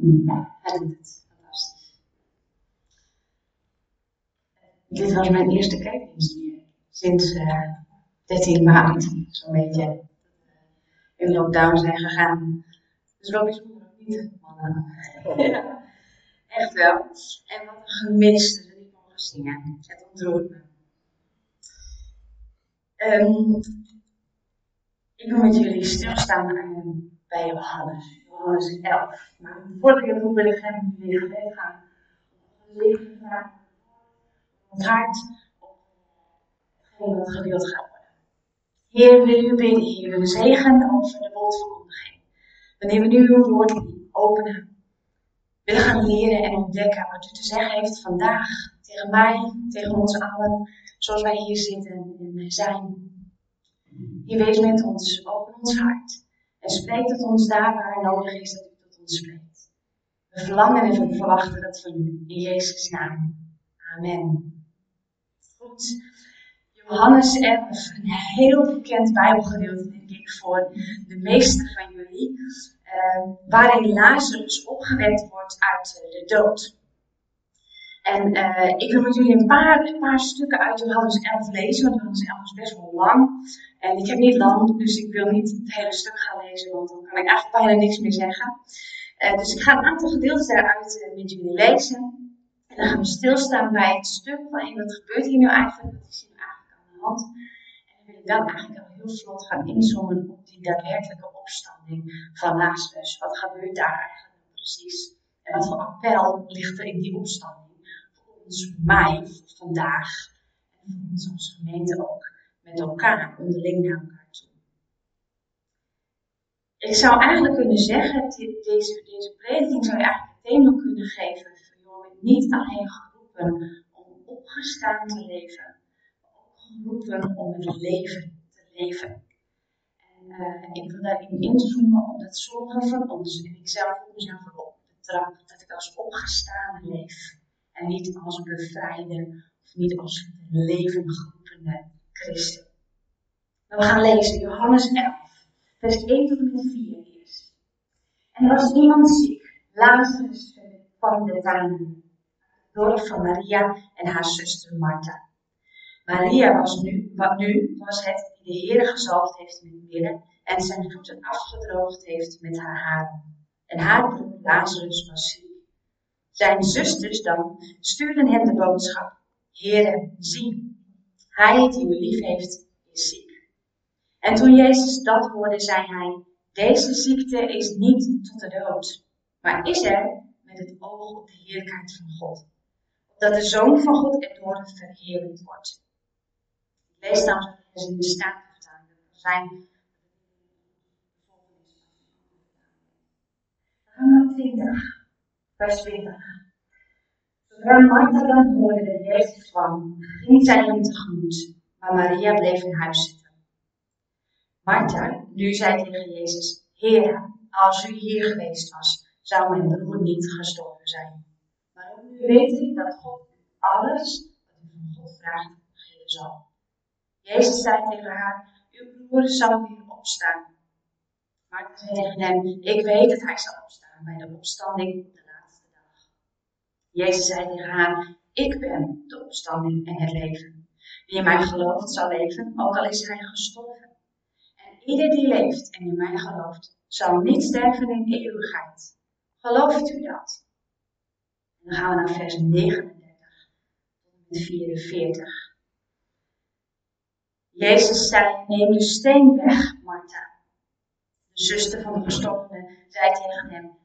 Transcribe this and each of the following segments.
Hij doet het. Fantastisch. Dit was mijn eerste kerkdienst hier. Sinds 13 maart, zo'n beetje. In lockdown zijn gegaan. Dus wel bijzonder ook niet, mannen. Ja, echt wel. En wat een gemis dat we niet mogen zingen. Het ontroert me. Ik wil met jullie stilstaan bij Johannes 11. Maar voordat ik het doe, wil ik graag met jullie gebed gaan. Leven vragen. Ons hart op hetgeen wat gedeeld gaat worden. Heer, wil u bidden, Heer, de zegen over de woordverkondiging. Wanneer we nu uw woord openen, willen gaan leren en ontdekken wat u te zeggen heeft vandaag tegen mij, tegen ons allen, zoals wij hier zitten en zijn. Heer, wees met ons, open ons hart en spreek tot ons daar waar het nodig is dat u tot ons spreekt. We verlangen en we verwachten dat van u, in Jezus' naam. Amen. Goed. Johannes 11, een heel bekend Bijbelgedeelte, denk ik, voor de meesten van jullie, waarin Lazarus opgewekt wordt uit de dood. En ik wil met jullie een paar stukken uit Johannes 11 lezen, want Johannes 11 is best wel lang. En ik heb niet lang, dus ik wil niet het hele stuk gaan lezen, want dan kan ik eigenlijk bijna niks meer zeggen. Dus ik ga een aantal gedeeltes daaruit met jullie lezen. En dan gaan we stilstaan bij het stuk van wat gebeurt hier nu eigenlijk, wat is hier nu eigenlijk aan de hand. En dan wil ik dan eigenlijk al heel vlot gaan inzoomen op die daadwerkelijke opstanding van Lazarus. Wat gebeurt daar eigenlijk precies? En wat voor appel ligt er in die opstanding? Voor ons, voor mij, voor vandaag. En voor ons als gemeente ook. Met elkaar, onderling naar elkaar toe. Ik zou eigenlijk kunnen zeggen, deze prediking zou je eigenlijk het thema kunnen geven. Je bent niet alleen geroepen om opgestaan te leven, maar ook geroepen om het leven te leven. En ik wil daarin inzoomen omdat sommigen van ons, en ik zelf ook mezelf erop betrap, dat ik als opgestaan leef. En niet als bevrijder, of niet als leven geroepene christen. We gaan lezen Johannes 11, vers 1 tot en met 4 eerst. En er was iemand ziek, Lazarus van Betanië, het dorp van Maria en haar zuster Martha. Maria was het die de Heere gezalfd heeft met mirre en zijn voeten afgedroogd heeft met haar haren. En haar broer Lazarus was ziek. Zijn zusters dan stuurden hem de boodschap: Heere, zie, hij die u lief heeft, is ziek. En toen Jezus dat hoorde, zei hij: Deze ziekte is niet tot de dood, maar is er met het oog op de heerlijkheid van God, opdat de Zoon van God erdoor verheerlijkt wordt. Ik lees namens in de Statenvertaling. Er zijn vers 20. Vers 20. Zodra Martha dan hoorde dat Jezus kwam, ging zij hem tegemoet, maar Maria bleef in huis zitten. Martha nu zei tegen Jezus: Heer, als u hier geweest was, zou mijn broer niet gestorven zijn. Maar ook nu weet ik dat God u alles wat u van God vraagt geven zal. Jezus zei tegen haar: Uw broer zal weer opstaan. Martha zei tegen hem: Ik weet dat hij zal opstaan bij de opstanding op de laatste dag. Jezus zei tegen haar: Ik ben de opstanding en het leven. Wie in mij gelooft zal leven, ook al is hij gestorven. Ieder die leeft en in mij gelooft, zal niet sterven in eeuwigheid. Gelooft u dat? En dan gaan we naar vers 39 tot en met 44. Jezus zei: Neem de steen weg, Martha. De zuster van de gestorvene zei tegen hem: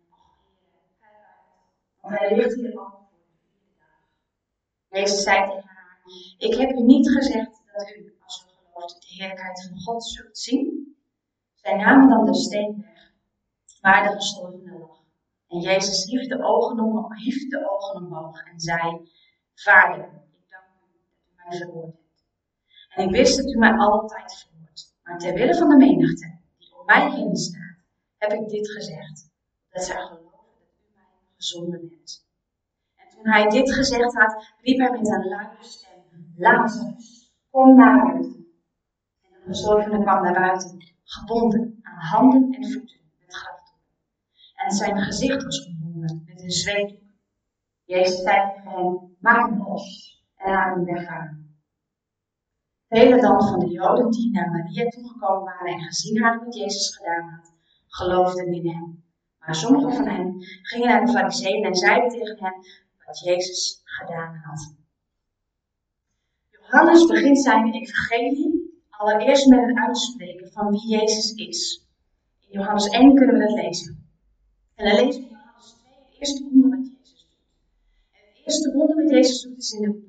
Want hij ligt hier al voor de 4e dag. Jezus zei tegen haar: Ik heb u niet gezegd dat u, als u gelooft, de heerlijkheid van God zult zien? Zij namen dan de steen weg, waar de gestorvene lag. En Jezus hief de ogen omhoog en zei: Vader, ik dank u dat u mij verhoord hebt. En ik wist dat u mij altijd verhoort. Maar ter wille van de menigte die om mij heen staat, heb ik dit gezegd, dat zij geloven dat u mij gezonden hebt. En toen hij dit gezegd had, riep hij met een luide stem: Lazarus, kom naar buiten. En de gestorvene kwam naar buiten, gebonden aan handen en voeten met grafdoeken. En zijn gezicht was gebonden handen met een zweetdoek. Jezus zei tegen hen, maak hem los en laat hem weggaan. Velen dan van de Joden die naar Maria toegekomen waren en gezien hadden wat Jezus gedaan had, geloofden in hem. Maar sommigen van hen gingen naar de Farizeeën en zeiden tegen hen wat Jezus gedaan had. Johannes begint zijn evangelie allereerst met het uitspreken van wie Jezus is. In Johannes 1 kunnen we dat lezen. En dan lezen we in Johannes 2 het eerste wonder wat Jezus doet. En het eerste wonder wat Jezus doet is in de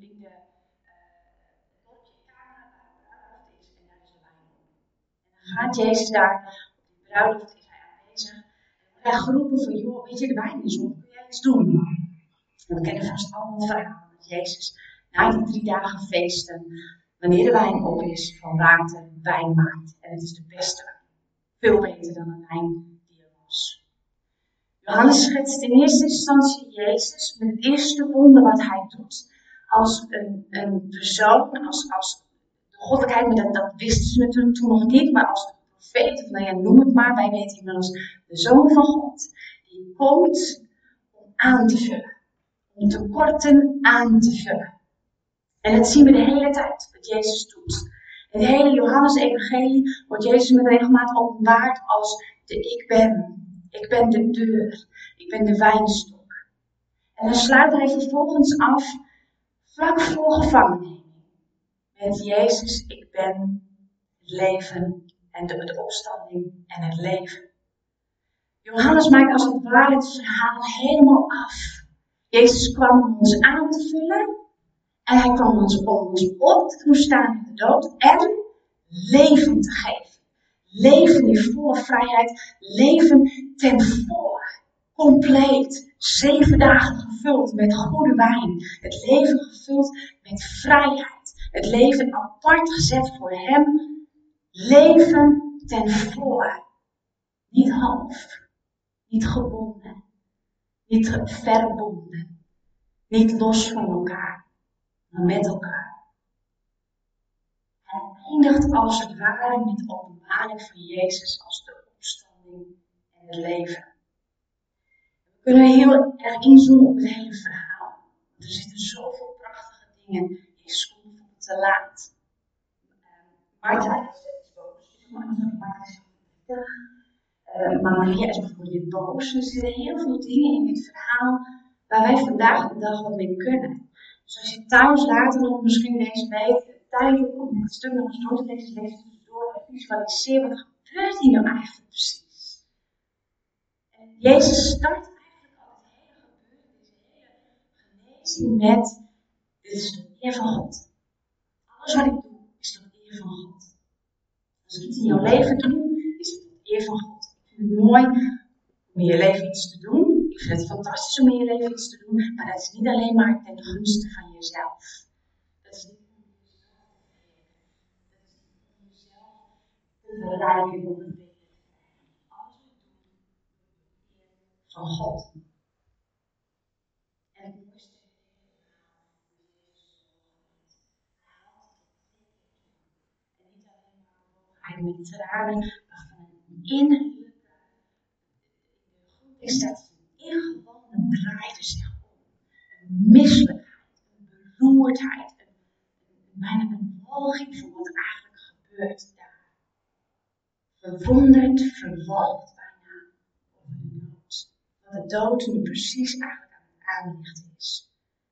dorpje Kana, waar de bruiloft is, en daar is de wijn op. En dan gaat Jezus daar, op die bruiloft is hij aanwezig. En hij geroepen van, joh, weet je, de wijn is op, kun jij iets doen? En we kennen vast allemaal het verhaal dat Jezus na die 3 dagen feesten, wanneer de wijn op is, van water wijn maakt. En het is de beste wijn. Veel beter dan de wijn die er was. Johannes schetst in eerste instantie Jezus met het eerste wonder wat hij doet als een persoon, als de goddelijkheid, maar dat wisten ze natuurlijk toen nog niet, maar als de profeet, of nou ja, noem het maar, wij weten inmiddels de Zoon van God, die komt om aan te vullen, om tekorten aan te vullen. En dat zien we de hele tijd, wat Jezus doet. In het hele Johannes-evangelie wordt Jezus met regelmaat openbaard als de ik ben. Ik ben de deur. Ik ben de wijnstok. En dan sluit hij vervolgens af, vlak voor gevangenneming, met Jezus, ik ben het leven en de opstanding en het leven. Johannes maakt als het ware het verhaal helemaal af. Jezus kwam om ons aan te vullen. En hij kwam ons om ons op te doen staan in de dood en leven te geven. Leven in volle vrijheid. Leven ten volle. Compleet. 7 dagen gevuld met goede wijn. Het leven gevuld met vrijheid. Het leven apart gezet voor hem. Leven ten volle. Niet half. Niet gebonden. Niet verbonden. Niet los van elkaar. Maar met elkaar. Hij eindigt als het ware met de openbaring van Jezus als de opstanding en het leven. We kunnen heel erg inzoomen op het hele verhaal. Er zitten zoveel prachtige dingen in. Soms te laat. Martha is boos. Maar Maria is bijvoorbeeld boos. Er zitten heel veel dingen in dit verhaal waar wij vandaag de dag wat mee kunnen. Dus als je thuis later nog misschien deze week de tijd hebt om dit stuk nog eens door te lezen, lees het door en visualiseer wat gebeurt hier nou eigenlijk precies. En Jezus start eigenlijk al het hele gebeuren, deze hele genezing met, dit is tot eer van God. Alles wat ik doe is tot eer van God. Als ik iets in jouw leven doe, is het tot eer van God. Ik vind het mooi om in je leven iets te doen. Ik vind het fantastisch om in je leven iets te doen, maar dat is niet alleen maar ten gunste van jezelf. Dat is niet om jezelf te verrijken of het beter te krijgen. Alles wat je doet, van God. En het mooiste is en niet alleen maar bewogenheid met tranen, maar van een innerlijke is dat ingewanden draaide zich om. Een misselijkheid, een beroerdheid, bijna een walging van wat eigenlijk gebeurt daar. Verwonderd, verwalkt bijna over de dood. Wat de dood nu precies eigenlijk aan het aanrichten is.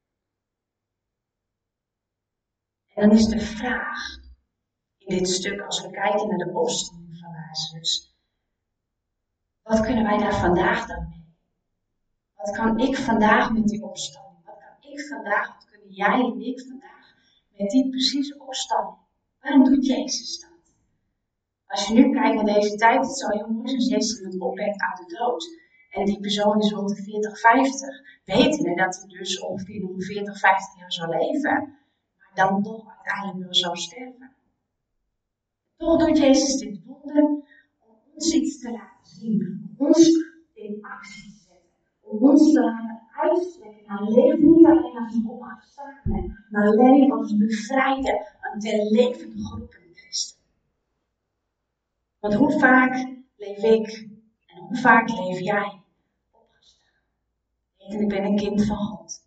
En dan is de vraag in dit stuk, als we kijken naar de opstanding van Lazarus. Wat kunnen wij daar vandaag dan mee? Wat kan ik vandaag met die opstanding? Wat kan ik vandaag, wat kunnen jij en ik vandaag met die precieze opstanding? Waarom doet Jezus dat? Als je nu kijkt naar deze tijd, het zou heel mooi zijn als Jezus iemand opwekt uit de dood. En die persoon is rond de 40, 50. Weten dat hij dus ongeveer nog 40, 50 jaar zou leven. Maar dan toch uiteindelijk wel zou sterven. Toch doet Jezus dit wonder om ons iets te laten zien. Om ons in actie te zetten. Om ons te laten uitstrekken naar leven. Niet alleen als een opgestane, maar leven als een bevrijde en ter levende geroepen christen. Want hoe vaak leef ik en hoe vaak leef jij opgestaan? Ik ben een kind van God.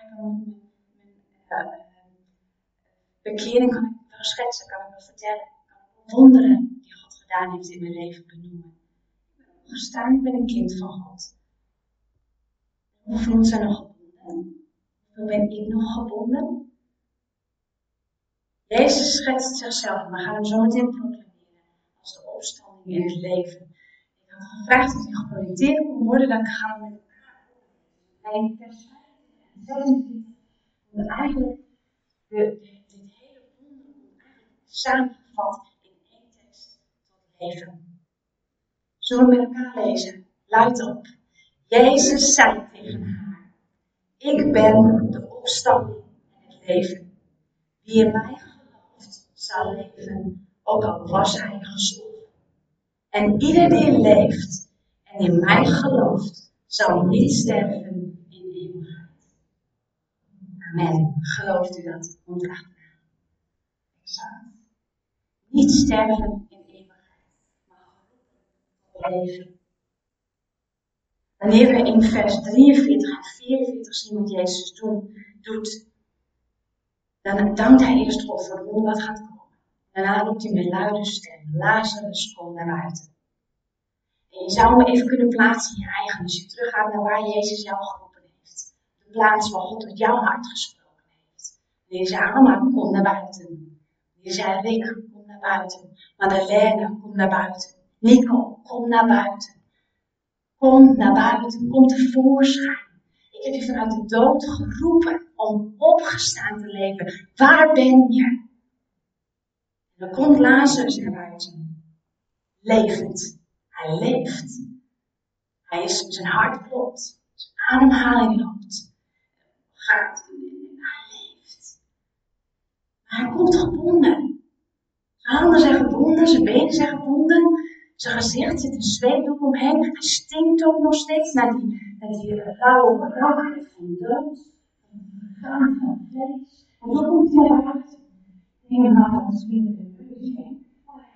Mijn bekering kan ik wel schetsen, kan ik wel vertellen. Kan ik wel wonderen die God gedaan heeft in mijn leven benoemen. Ik ben opgestaan, ik ben een kind van God. Hoeveel van ons zijn nog gebonden? Hoeveel ben ik nog gebonden? Jezus schetst zichzelf, we gaan hem zo meteen proclameren, als de opstanding in het leven. Ik had gevraagd of hij geprojecteerd kon worden, dan gaan we met elkaar op. Vers 26. Want eigenlijk, dit hele wonder wordt eigenlijk samengevat in één tekst tot leven. Zullen we met elkaar lezen? Luid op. Jezus zei tegen haar: Ik ben de opstanding en het leven. Wie in mij gelooft, zal leven, ook al was hij gestorven. En ieder die leeft en in mij gelooft, zal niet sterven in eeuwigheid. Amen. Gelooft u dat? Komt achteraan. Exact. Niet sterven in eeuwigheid, maar leven. Wanneer we in vers 43 en 44 zien wat Jezus doet, dan dankt hij eerst God voor het wonder wat gaat komen. Daarna roept hij met luide stem: Lazarus, kom naar buiten. En je zou hem even kunnen plaatsen in je eigen, als je teruggaat naar waar Jezus jou geroepen heeft. De plaats waar God tot jouw hart gesproken heeft. En je zei: Anna, kom naar buiten. Je zei: Rick, kom naar buiten. Madeleine, kom naar buiten. Nico, kom naar buiten. Kom naar buiten, kom tevoorschijn. Ik heb je vanuit de dood geroepen om opgestaan te leven. Waar ben je? En dan komt Lazarus naar buiten. Levend. Hij leeft. Zijn hart klopt. Zijn ademhaling loopt. Gaat. Hij leeft. Maar hij komt gebonden. Zijn handen zijn gebonden, zijn benen zijn gebonden. Zijn gezicht zit een zweetdoek omheen. Hij stinkt ook nog steeds naar die rauwe rauwheid van dood. Van van vlees. En zo komt hij naar buiten. Dingen maken als binnen de neus heen.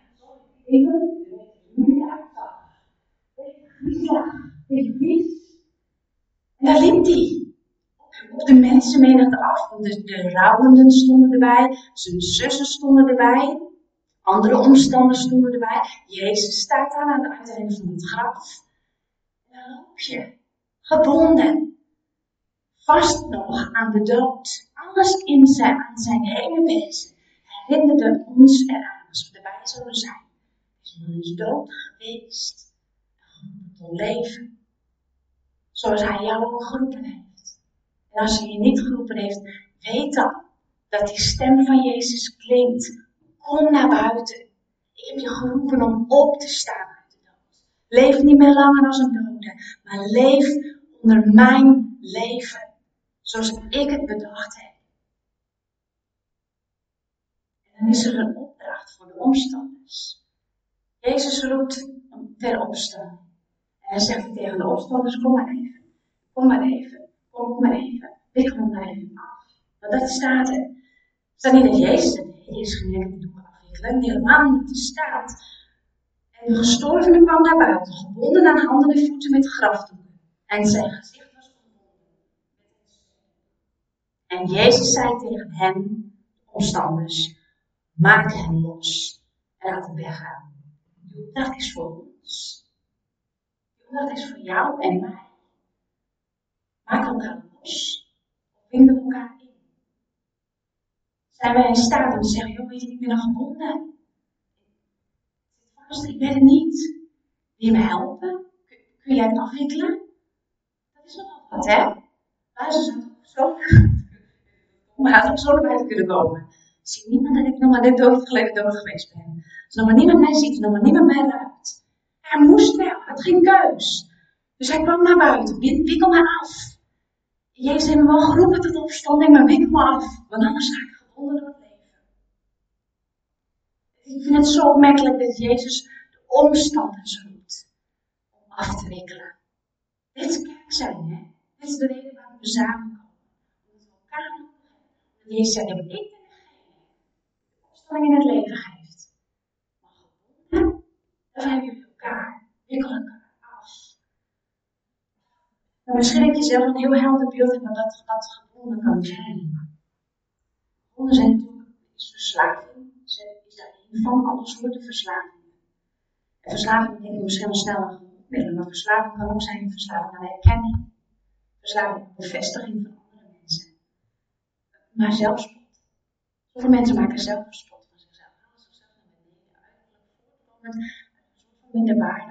Even, nu uitzag. Griezelig, beetje vies. En daar liep hij. Op de mensenmenigte af. Want de rouwenden stonden erbij. Zijn zussen stonden erbij. Andere omstanders stonden erbij. Jezus staat daar aan het uiteinde van het graf. En dan loop je. Gebonden. Vast nog aan de dood. Alles aan zijn hele wezen herinnerde ons eraan als we erbij zouden zijn. Deze man is dood geweest. Tot leven. Zoals hij jou ook geroepen heeft. En als hij je niet geroepen heeft, weet dan dat die stem van Jezus klinkt. Kom naar buiten. Ik heb je geroepen om op te staan uit de dood. Leef niet meer langer als een dode, maar leef onder mijn leven. Zoals ik het bedacht heb. En dan is er een opdracht voor de omstanders. Jezus roept ter opstanding. En dan zegt hij tegen de opstanders: kom maar even. Kom maar even. Kom maar even. Wikkel hem maar even af. Want dat staat er. Het staat niet dat Jezus het deed. Jezus ging lekker de doeken afwikkelen. Helemaal niet. Er staat. En de gestorvene kwam naar buiten. Gebonden aan handen en voeten met grafdoeken. En zijn gezicht was verbonden. En Jezus zei tegen hen, de omstanders: maak hem los. En laat hem weggaan. Die opdracht is voor ons. Dat is voor jou en mij. Maak elkaar los. Vinden we elkaar in. Zijn wij in staat om te zeggen: joh, weet je, ik ben nog gebonden. Vast, ik weet het niet. Wil je me helpen? Kun jij het afwikkelen? Dat is nogal wat, hè? Luister, zou het ook zo maar hij had ook zo naar buiten kunnen komen. Ziet niemand dat ik nog maar net dood geweest ben. Als nog maar niemand mij ziet, nog maar niemand mij ruikt. Hij moest wel, hij had geen keus. Dus hij kwam naar buiten, wikkel me af. Jezus heeft me wel geroepen tot opstanding, maar wikkel me af. Want anders ga ik gebonden door het leven. Ik vind het zo opmerkelijk dat Jezus de omstanders roept om af te wikkelen. Dit is kerk zijn, hè? Dit is de reden waarom we samenkomen. Omdat we elkaar nodig hebben. Omdat Jezus zegt: ik ben degene die de opstanding in het leven geeft. Maar gebonden, dan hebben jullie elkaar. Wikkel elkaar af. Maar misschien heb je zelf een heel helder beeld van wat gebonden kan zijn. Gebonden zijn natuurlijk is verslaving. Is daar een van alle soorten verslavingen. En verslaving denk ik misschien wel snel aan hulpmiddelen, maar verslaving kan ook zijn verslaving aan erkenning. Verslaving aan bevestiging van andere mensen. Maar zelfspot. Sommige mensen maken zelfspot van zichzelf. Halen zichzelf naar beneden. Uiterlijk voortkomen uit een soort van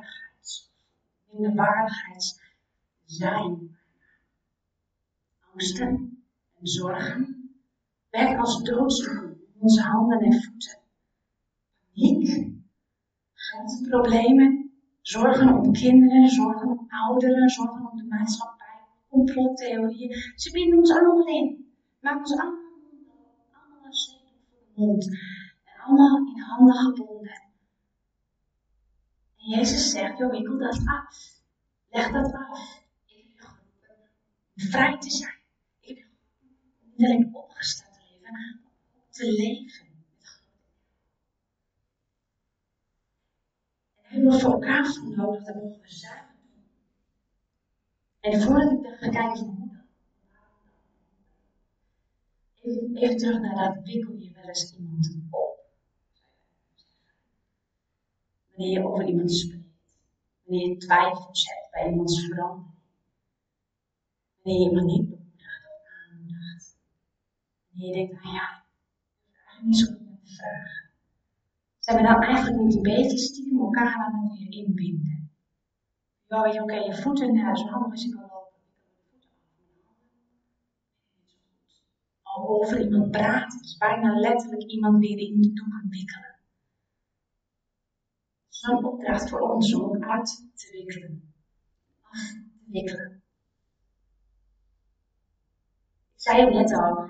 minderwaardigheidszijn. Angsten en zorgen werken als doodstroming in onze handen en voeten. Paniek, geldproblemen, zorgen om kinderen, zorgen om ouderen, zorgen om de maatschappij, complottheorieën. Ze binden ons allemaal in. Maken ons allemaal een zetel voor de mond. En allemaal in handen gebonden. En Jezus zegt, joh, wikkel dat af. Leg dat af. Ik heb je geroepen om vrij te zijn. Ik heb je geroepen om niet alleen opgestaan te leven, maar ook te leven. Hebben we voor elkaar voor nodig, dat mogen we samen doen. En voordat ik dan ga kijken van hoe dan. Even terug naar dat wikkel je wel eens iemand op. Wanneer je over iemand spreekt. Wanneer je twijfels hebt bij iemands verandering. Wanneer je iemand niet bemoedigt of aanmoedigt. Wanneer je denkt, nou ja, ik heb eigenlijk niet zo goed met te vragen. Zijn we dan eigenlijk niet een beetje stiekem elkaar aan het weer inbinden? Ja, weet je, oké, je voeten naar zo handig als je kan lopen. Al over iemand praten, dus bijna letterlijk iemand weer in de doeken wikkelen. Het is zo'n opdracht voor ons om ook uit te wikkelen. Af te wikkelen. Ik zei het net al.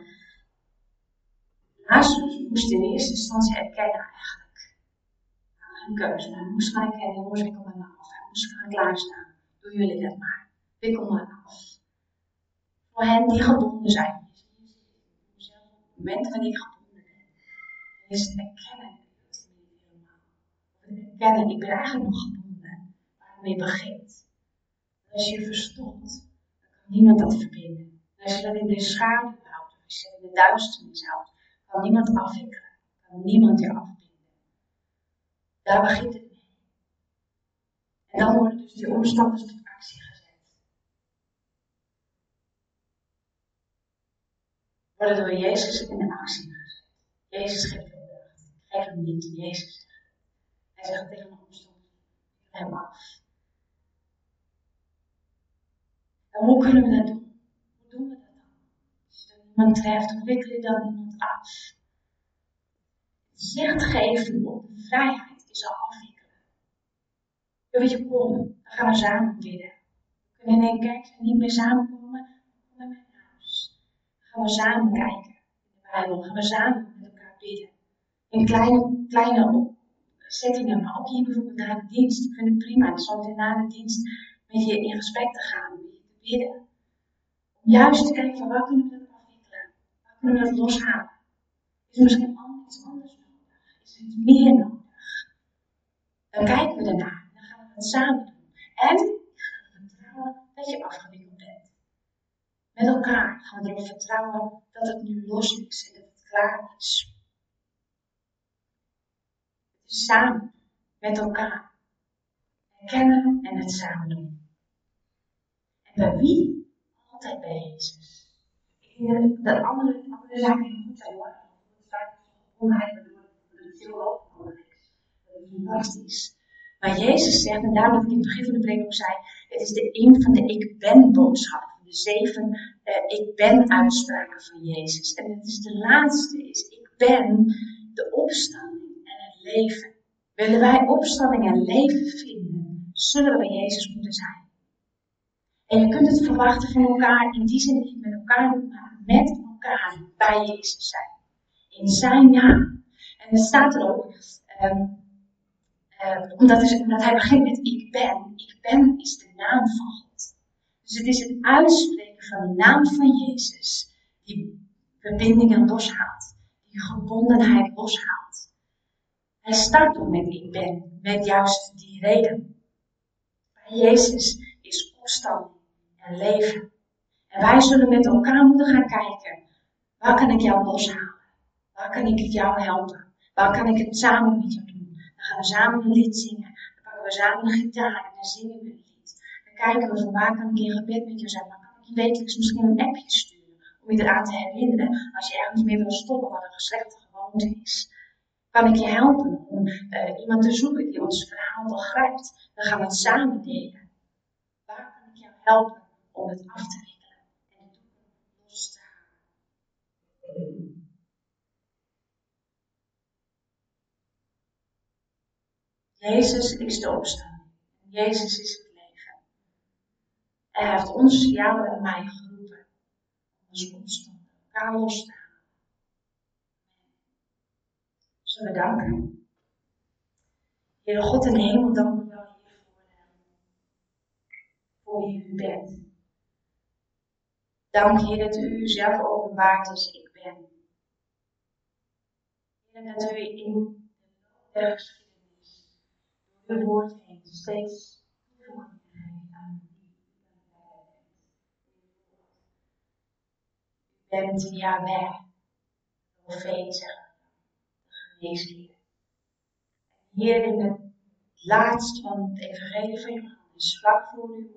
Lazarus moest in eerste instantie erkennen eigenlijk. Een keuze. Hij moest gaan erkennen, jongens, wikkel maar af. Hij moest gaan klaarstaan. Doen jullie dat maar. Wikkel maar af. Voor hen die gebonden zijn. Op het moment wanneer ik gebonden ben, is het erkennen. Erkennen, ik ben eigenlijk nog gebonden. Waarmee begint. Als je je verstopt, dan kan niemand dat verbinden. En als je dat in de schaduw houdt, of als je dat in de duisternis houdt, kan niemand afwikkelen. Kan niemand je afbinden. Daar begint het mee. En dan worden dus die omstanders tot actie gezet. Worden door Jezus in de actie gezet. Jezus geeft de opdracht. Ik geef hem niet. Jezus zegt het. Hij zegt tegen de omstanders, ik heb hem af. En hoe kunnen we dat doen? Hoe doen we dat dan? Als je dan iemand treft, hoe wikkel je dan iemand af? Zicht geven op de vrijheid is al afwikkelen. Weet je, kom, dan gaan we samen bidden. We kunnen in een kerk niet meer samenkomen, kom naar mijn huis. Dan gaan we samen kijken in de Bijbel, gaan we samen met elkaar bidden. In kleine settingen, maar ook hier bijvoorbeeld na de dienst. Ik vind het prima, zometeen na de dienst met je in gesprek te gaan, met je te bidden. Om juist te kijken van waar kunnen we dat afwikkelen? Waar kunnen we dat loshalen? Is er misschien iets anders nodig? Is er iets meer nodig? Dan kijken we ernaar. Het samen doen. En ik ga erop vertrouwen dat je afgewikkeld bent. Met elkaar gaan we erop vertrouwen dat het nu los is en dat het klaar is. Het is samen, met elkaar. Herkennen en het samen doen. En bij wie? Altijd bij Jezus. Ik denk dat andere zaken heel goed zijn hoor. Waardoor het heel ook nodig is. Dat is fantastisch. Maar Jezus zegt, en daarom dat ik in het begin van de preek ook zei, het is de een van de ik ben boodschappen, de 7 ik ben uitspraken van Jezus. En het is de laatste, is ik ben de opstanding en het leven. Willen wij opstanding en leven vinden, zullen we bij Jezus moeten zijn. En je kunt het verwachten van elkaar, in die zin dat je het met elkaar doet, maar met elkaar bij Jezus zijn. In zijn naam. En het staat er ook, omdat hij begint met ik ben. Ik ben is de naam van God. Dus het is het uitspreken van de naam van Jezus die verbindingen loshaalt. Die gebondenheid loshaalt. Hij start ook met ik ben. Met juist die reden. Bij Jezus is opstanding en leven. En wij zullen met elkaar moeten gaan kijken, waar kan ik jou loshalen? Waar kan ik jou helpen? Waar kan ik het samen met jou doen? Dan gaan we samen een lied zingen. Dan pakken we samen een gitaar en dan zingen we een lied. Dan kijken we van waar kan ik in gebed met jou zijn. Maar kan ik je wekelijks misschien een appje sturen om je eraan te herinneren als je ergens mee wil stoppen wat een slechte gewoonte is. Kan ik je helpen om iemand te zoeken die ons verhaal begrijpt? Dan gaan we het samen delen. Waar kan ik jou helpen om het af te wikkelen en de doeken los te halen? Jezus is de opstanding. Jezus is het leven. En hij heeft ons, jou en mij geroepen om ons opstanden, elkaar los te halen. Zullen we danken? Heere God in de hemel, dank u wel hier voor wie u bent. Dank Heer dat u uzelf openbaart als ik ben. Heer dat u in de geschiedenis door uw woord heen steeds toevoeging geeft aan wie u bent. U bent Yahweh, de profeet, zeg maar, de geneesheer. Hier in het laatst van het evangelie van Johannes, vlak voor uw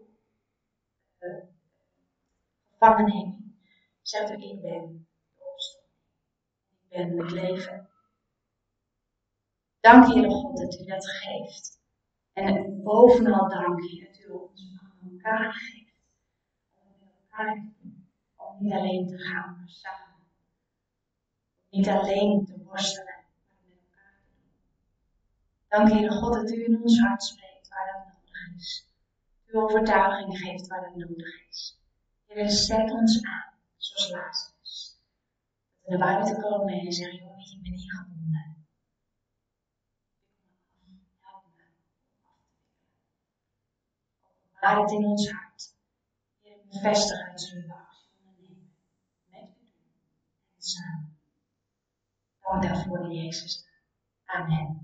gevangenneming, zegt u, ik ben de opstanding. Ik ben het leven. Dank Heere God dat u dat geeft. En bovenal dank Heer dat u ons aan elkaar geeft. Om met elkaar te doen. Om niet alleen te gaan, maar samen. Om niet alleen te worstelen, maar met elkaar te doen. Dank Heere God dat u in ons hart spreekt waar dat nodig is. Uw overtuiging geeft waar dat nodig is. Heer, zet ons aan, zoals Lazarus. Dat we naar buiten komen en zeggen, joh, ik ben hier gebonden. Help me. Openbaar het in ons hart. Heer, bevestig het zullen we actie ondernemen. Met u doen en samen. Dank daarvoor in Jezus. Amen.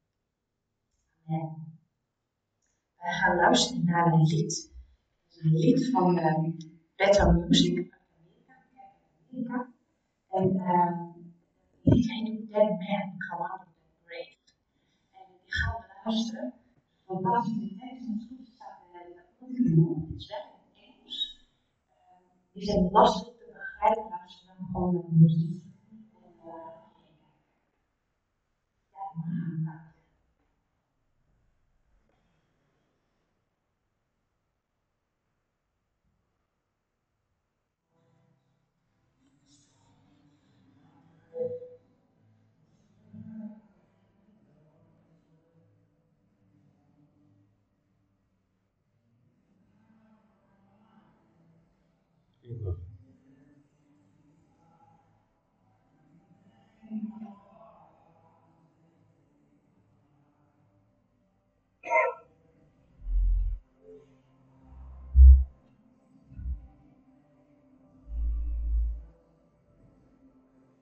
Amen. Wij gaan luisteren naar een lied. Het is een lied van Better Music uit Amerika. En het lied heet Dead Man Come Out of the Grave. En die gaan we luisteren. Fantastische tekst, en soms staat er het is wel in het Engels. Die zijn lastig te begrijpen, maar ze dan gewoon met muziek. Ja.